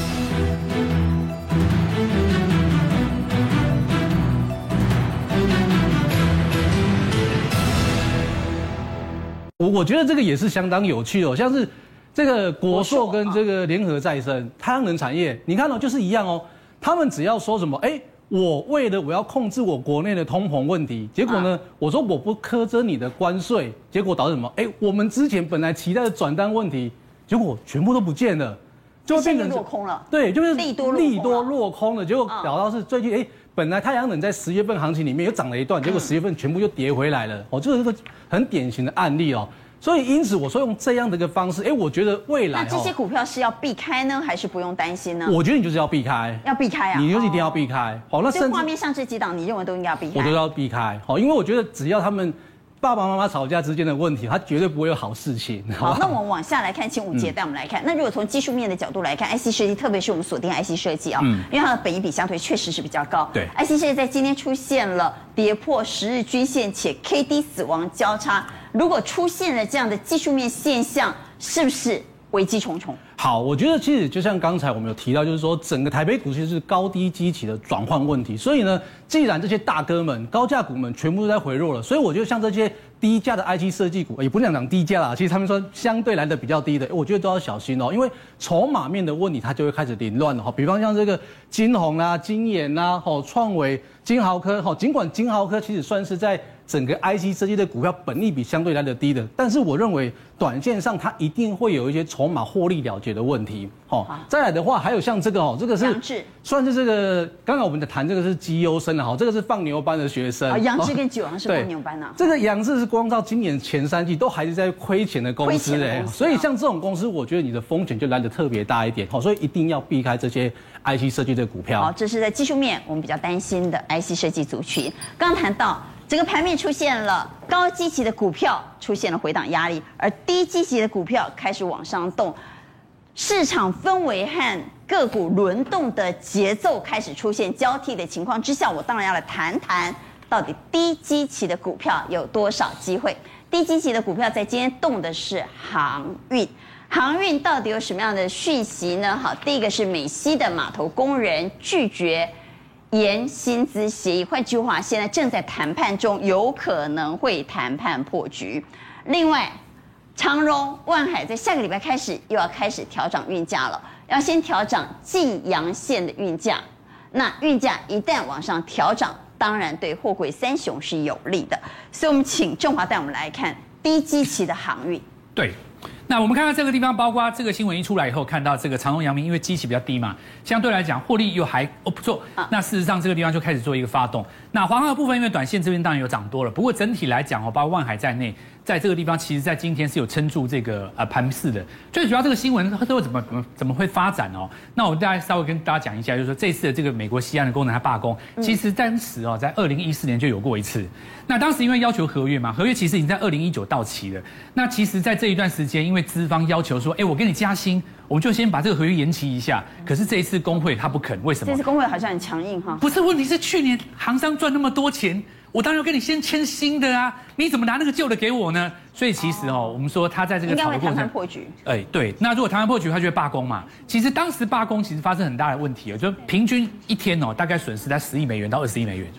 我觉得这个也是相当有趣的，像是这个国硕跟这个联合再生太阳能产业，你看就是一样哦。他们只要说什么，我为了我要控制我国内的通膨问题，结果呢，我说我不苛征你的关税，结果导致什么？我们之前本来期待的转单问题，结果全部都不见了， 就变成落空了。 对，就是利多落空了，结果搞到是最近本来太阳能在10月份行情里面又涨了一段，结果10月份全部又跌回来了。这是个很典型的案例哦。所以因此我说用这样的一个方式，我觉得未来那这些股票是要避开呢，还是不用担心呢？ 我觉得你就是要避开， 要避开啊， 你就是一定要避开。那甚至画面上这几档，你认为都应该要避开？ 我都要避开。因为我觉得只要他们爸爸妈妈吵架之间的问题，他绝对不会有好事情。 好，那我们往下来看，请武杰带我们来看。那如果从技术面的角度来看 ，IC 设计，特别是我们锁定 IC 设计啊，因为它的本益比相对确实是比较高。 对 ，IC 设计在今天出现了跌破10日均线，且 KD 死亡交叉。如果出现了这样的技术面现象，是不是危机重重？ 好，我觉得其实就像刚才我们有提到，就是说整个台北股市是高低基期的转换问题。所以呢，既然这些大哥们、高价股们全部都在回落了，所以我觉得像这些低价的 IC 设计股，也不能讲低价啦，其实他们说相对来的比较低的，我觉得都要小心哦，因为筹码面的问题它就会开始凌乱了哈。比方像这个金鸿啦、金研啦、创维、金豪科，尽管金豪科其实算是在整个 IC 设计的股票本益比相对来的低的，但是我认为短线上它一定会有一些筹码获利了结的问题。再来的话，还有像这个这个是算是这个刚刚我们在谈这个是绩优生这个是放牛班的学生。 杨志跟九阳是放牛班啊。 这个杨志是光到今年前3季都还是在亏钱的公司所以像这种公司，我觉得你的风险就来得特别大一点所以一定要避开这些 IC 设计的股票。 好，这是在技术面我们比较担心的 IC 设计族群。刚谈到整个盘面出现了高基期的股票出现了回档压力，而低基期的股票开始往上动，市场氛围和个股轮动的节奏开始出现交替的情况之下，我当然要来谈谈到底低基期的股票有多少机会。低基期的股票在今天动的是航运，航运到底有什么样的讯息呢？好，第一个是美西的码头工人拒绝延薪资协议，换句话，现在正在谈判中，有可能会谈判破局。另外，长荣、万海在下个礼拜开始又要开始调涨运价了，要先调涨晋阳线的运价。那运价一旦往上调涨，当然对货柜三雄是有利的。所以我们请正华带我们来看低基期的航运。 对。那我们看到这个地方，包括这个新闻一出来以后，看到这个长荣、阳明，因为基期比较低嘛，相对来讲获利又还不错。那事实上这个地方就开始做一个发动。那华航的部分，因为短线这边当然有涨多了，不过整体来讲包括万海在内，在这个地方其实在今天是有撑住这个盘势的。最主要这个新闻它会怎么会发展那我们大家稍微跟大家讲一下，就是说这次的这个美国西岸的工人他罢工，其实当时在2014年就有过一次。那当时因为要求合约嘛，合约其实已经在2019到期了。那其实在这一段时间，因为资方要求说，我给你加薪，我们就先把这个合约延期一下。可是这一次工会他不肯，为什么？ 这次工会好像很强硬哈。 不是，问题是去年航商赚那么多钱，我当然要跟你先签新的啊，你怎么拿那个旧的给我呢？所以其实我们说他在这个吵的过程，应该会谈判破局。 对，那如果谈判破局，他就会罢工嘛。其实当时罢工其实发生很大的问题就平均一天大概损失在10亿美元到20亿美元。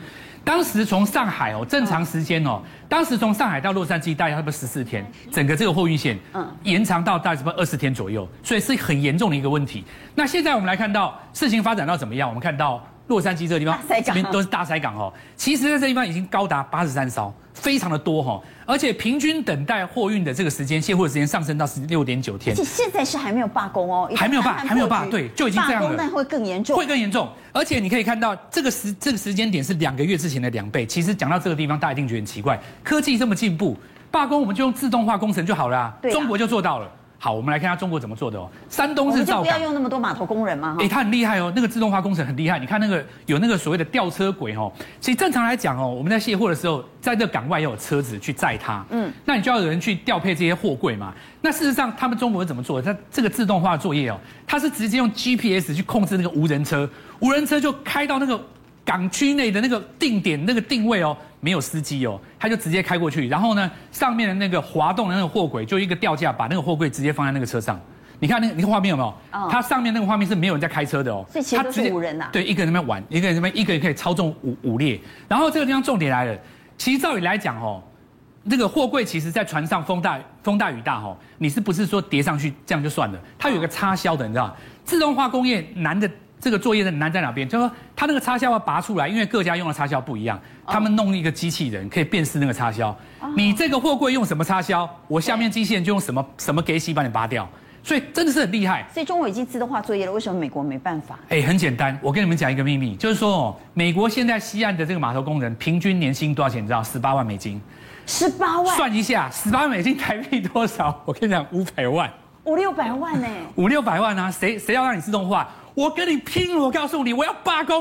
当时从上海正常时间当时从上海到洛杉矶大概差不多14天，整个这个货运线延长到大概差不多20天左右，所以是很严重的一个问题。那现在我们来看到事情发展到怎么样？我们看到洛杉矶这个地方，这边都是大塞港其实在这地方已经高达83艘，非常的多而且平均等待货运的这个时间，卸货的时间上升到16.9天。 而且现在是还没有罢工还没有罢，对，就已经这样了。 罢工但会更严重， 会更严重。而且你可以看到这个时间点是2个月之前的2倍。其实讲到这个地方，大家一定觉得很奇怪，科技这么进步，罢工我们就用自动化工程就好了中国就做到了。好，我们来看下中国怎么做的山东日照港， 我们就不要用那么多码头工人吗？ 他很厉害那个自动化工程很厉害。你看有那个所谓的吊车轨其实正常来讲我们在卸货的时候，在这港外要有车子去载它，那你就要有人去调配这些货柜嘛。那事实上，他们中国是怎么做的？它这个自动化作业它是直接用 GPS 去控制那个无人车，无人车就开到那个港区内的那个定点那个定位没有司机他就直接开过去，然后呢，上面的那个滑动的那个货轨就一个吊架把那个货柜直接放在那个车上。你看你看画面有没有？它上面那个画面是没有人在开车的所以其实都是无人对，一个人在那边玩，一个人在那边，一个人可以操纵5列。然后这个地方重点来了，其实照理来讲这个货柜其实在船上风大雨大你是不是说叠上去这样就算了？它有一个插销的，你知道，自动化工业难的。这个作业难在哪边？就是说，它那个插销要拔出来，因为各家用的插销不一样，他们弄一个机器人可以辨识那个插销。你这个货柜用什么插销，我下面机器人就用什么给洗把你拔掉，所以真的是很厉害。 所以中国已经自动化作业了，为什么美国没办法？ 很简单，我跟你们讲一个秘密，就是说美国现在西岸的这个码头工人平均年薪多少钱？你知道？18万美金。 18万？ 算一下，18万美金台币多少？我跟你讲，500万。 500-600万呢 ？500-600万啊！谁要让你自动化？我跟你拼！我告诉你，我要罢工！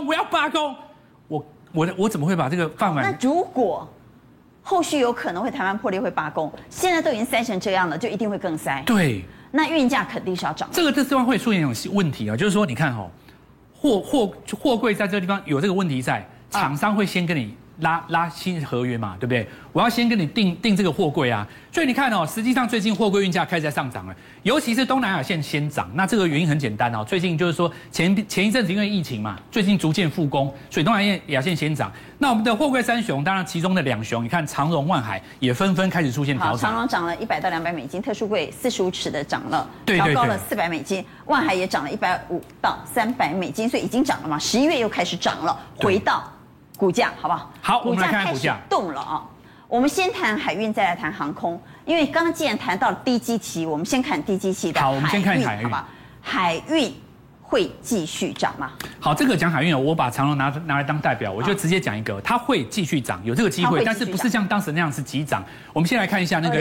我怎么会把这个饭碗？ 那如果后续有可能会台湾破裂会罢工，现在都已经塞成这样了，就一定会更塞。 对， 那运价肯定是要涨。 这地方会出现一种问题就是说，你看货柜在这个地方有这个问题在，厂商会先跟你拉新合约嘛，对不对？我要先跟你定这个货柜啊，所以你看实际上最近货柜运价开始在上涨了，尤其是东南亚线先涨。那这个原因很简单最近就是说前一阵子因为疫情嘛，最近逐渐复工，所以东南亚线先涨。那我们的货柜3雄，当然其中的2雄，你看长荣、万海也纷纷开始出现调整。 长荣涨了100到200美金，特殊柜45尺的涨了， 对， 调高了400美金，万海也涨了150到300美金，所以已经涨了嘛，11月又开始涨了，回到股价好不好？ 好，我们来看股价动了我们先谈海运，再来谈航空，因为刚刚既然谈到了低基期，我们先看低基期的海运。好， 我们先看海运， 好吧？海运会继续涨吗？ 好，这个讲海运我把长荣拿来当代表，我就直接讲一个，它会继续涨，有这个机会，但是不是像当时那样是急涨。我们先来看一下那个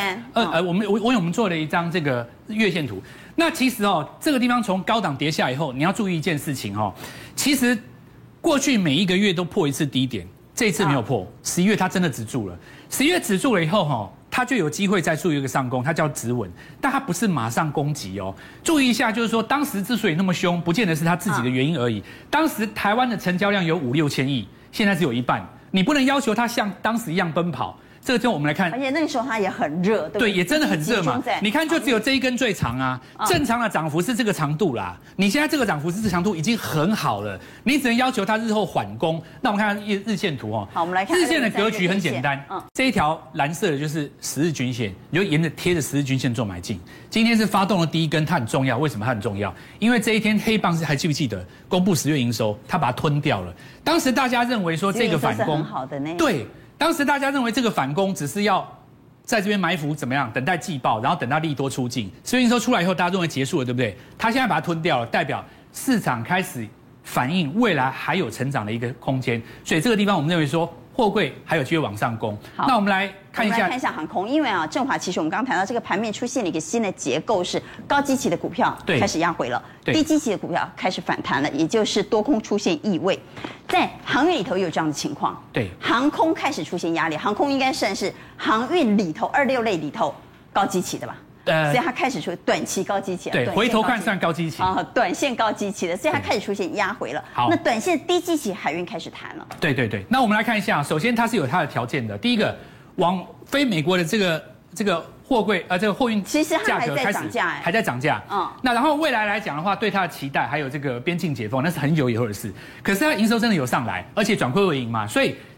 2603， 我们做了一张这个月线图。那其实这个地方从高档跌下以后，你要注意一件事情其实过去每一个月都破一次低点。这一次没有破，11月它真的止住了。11月止住了以后它就有机会再注意一个上攻，它叫止稳，但它不是马上攻击注意一下，就是说当时之所以那么凶，不见得是它自己的原因而已。当时台湾的成交量有5-6千亿，现在只有一半，你不能要求它像当时一样奔跑。这个就我们来看， 而且那个时候它也很热，对不对？ 对，也真的很热嘛。你看，就只有这一根最长啊，正常的涨幅是这个长度啦。你现在这个涨幅是这长度已经很好了，你只能要求它日后缓攻。那我们看日线图好，我们来看日线的格局很简单，这一条蓝色的就是10日均线，你就沿着贴着10日均线做买进。今天是发动了第一根，它很重要。为什么它很重要？因为这一天黑棒是还记不记得公布10月营收，它把它吞掉了。当时大家认为说这个反攻很好的呢， 对。当时大家认为这个反攻只是要在这边埋伏怎么样，等待季报，然后等到利多出尽。10月营收出来以后，大家认为结束了，对不对？他现在把它吞掉了，代表市场开始反映未来还有成长的一个空间。所以这个地方我们认为说货柜还有机会往上攻。那我们来看一下航空，因为正华其实我们刚刚谈到这个盘面出现了一个新的结构，是高基期的股票开始压回了，低基期的股票开始反弹了，也就是多空出现异味。在航运里头有这样的情况， 对， 航空开始出现压力，航空应该算是航运里头26类里头高基期的吧？所以它开始出短期高基期， 对，回头看算高基期短线高基期的，所以它开始出现压回了。 好， 那短线低基期海运开始谈了。 对，那我们来看一下，首先它是有它的条件的，第一个往非美国的这个货柜这个货运其实它还在涨价， 还在涨价。那然后未来来讲的话，对它的期待还有这个边境解封，那是很久以后的事。可是它营收真的有上来，而且转亏为盈嘛，所以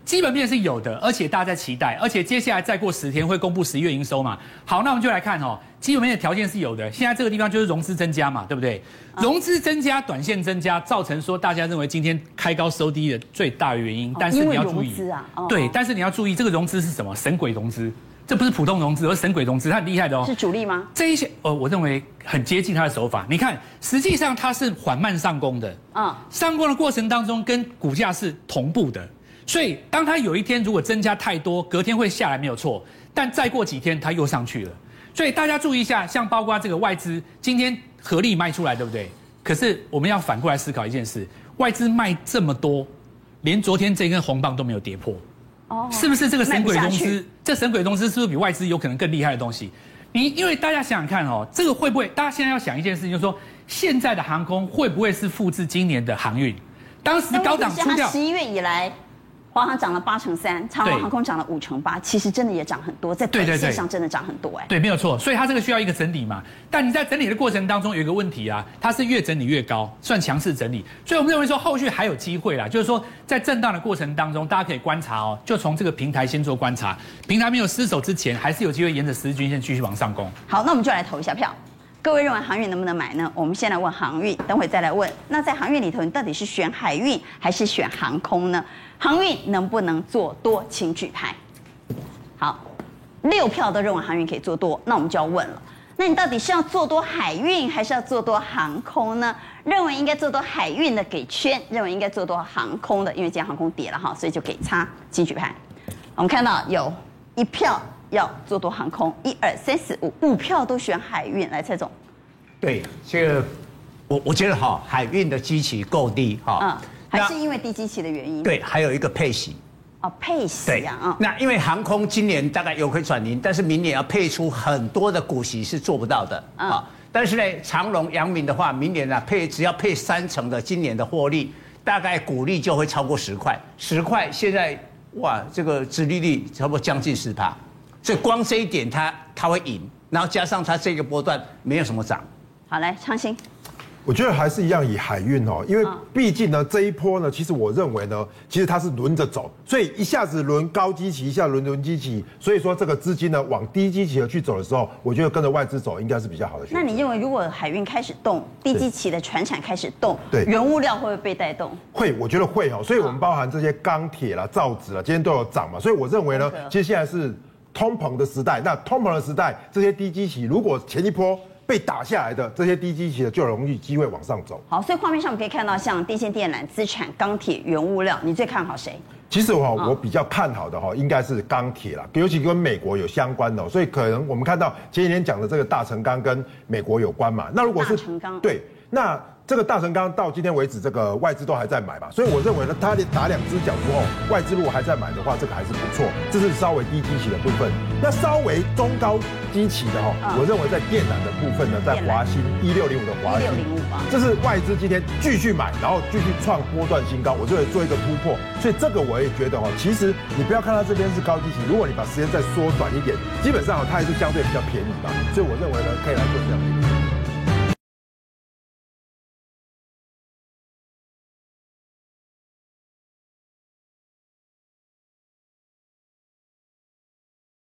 基本面是有的，而且大家在期待，而且接下来再过10天会公布11月营收嘛。好，那我们就来看哦，基本面的条件是有的。现在这个地方就是融资增加嘛，对不对？融资增加，短线增加，造成说大家认为今天开高收低的最大的原因。但是你要注意，对，但是你要注意这个融资是什么？神鬼融资。这不是普通融资，而是神鬼融资，它很厉害的哦。 是主力吗？ 这一些我认为很接近它的手法。你看，实际上它是缓慢上攻的，上攻的过程当中跟股价是同步的，所以当它有一天如果增加太多，隔天会下来没有错，但再过几天它又上去了。所以大家注意一下，像包括这个外资今天合力卖出来，对不对？可是我们要反过来思考一件事，外资卖这么多，连昨天这根红棒都没有跌破。是不是这个神鬼融资？这神鬼融资是不是比外资有可能更厉害的东西？因为大家想想看哦，这个会不会？大家现在要想一件事情，就是说现在的航空会不会是复制今年的航运？当时高档出掉 ，11月以来，华航涨了83%，长荣航空涨了5%，其实真的也涨很多，在短线上真的涨很多哎。 对，没有错，所以它这个需要一个整理嘛。但你在整理的过程当中有一个问题啊，它是越整理越高，算强势整理。所以我们认为说后续还有机会啦，就是说在震荡的过程当中，大家可以观察哦，就从这个平台先做观察，平台没有失守之前，还是有机会沿着10日均线继续往上攻。 好，那我们就来投一下票。各位认为航运能不能买呢？我们先来问航运，等会再来问。那在航运里头，你到底是选海运还是选航空呢？航运能不能做多？请举牌。好，6票都认为航运可以做多，那我们就要问了，那你到底是要做多海运还是要做多航空呢？认为应该做多海运的给圈，认为应该做多航空的，因为今天航空跌了哈，所以就给叉。请举牌。我们看到有1票要做多航空，1、2、3、4、5票都选海运。来，蔡总。 对，这个我觉得哈，海运的基期够低哈。 还是因为低基期的原因。 对，还有一个配息。 配息啊。 那因为航空今年大概有可以转盈，但是明年要配出很多的股息是做不到的啊。但是呢，长荣、阳明的话，明年呢只要配30%的今年的获利，大概股利就会超过10块。10块现在哇，这个殖利率差不多将近10%，所以光这一点它会赢，然后加上它这个波段没有什么涨。 好，来昌兴。 我觉得还是一样以海运哦，因为毕竟呢这一波呢，其实我认为呢，其实它是轮着走，所以一下子轮高基期，一下轮基期，所以说这个资金呢往低基期的去走的时候，我觉得跟着外资走应该是比较好的选择。 那你认为如果海运开始动，低基期的传产开始动， 对， 原物料会不会被带动？ 会，我觉得会哦，所以我们包含这些钢铁啦、造纸啦，今天都有涨嘛，所以我认为呢，其实现在是通膨的时代，那通膨的时代，这些低基期如果前一波被打下来的这些低基期的就有容易机会往上走。 好，所以画面上我们可以看到，像电线电缆、资产、钢铁、原物料，你最看好谁？ 其实我比较看好的应该是钢铁啦，尤其跟美国有相关的，所以可能我们看到前几天讲的这个大成钢跟美国有关嘛。那如果是大成钢， 对，那这个大成钢到今天为止，这个外资都还在买嘛，所以我认为呢，它打2只脚之后，外资如果还在买的话，这个还是不错。这是稍微低基期的部分。那稍微中高基期的我认为在电缆的部分呢，在华兴1605的华兴，这是外资今天继续买，然后继续创波段新高，我就会做一个突破。所以这个我也觉得其实你不要看它这边是高基期，如果你把时间再缩短一点，基本上它还是相对比较便宜嘛，所以我认为呢，可以来做这样的。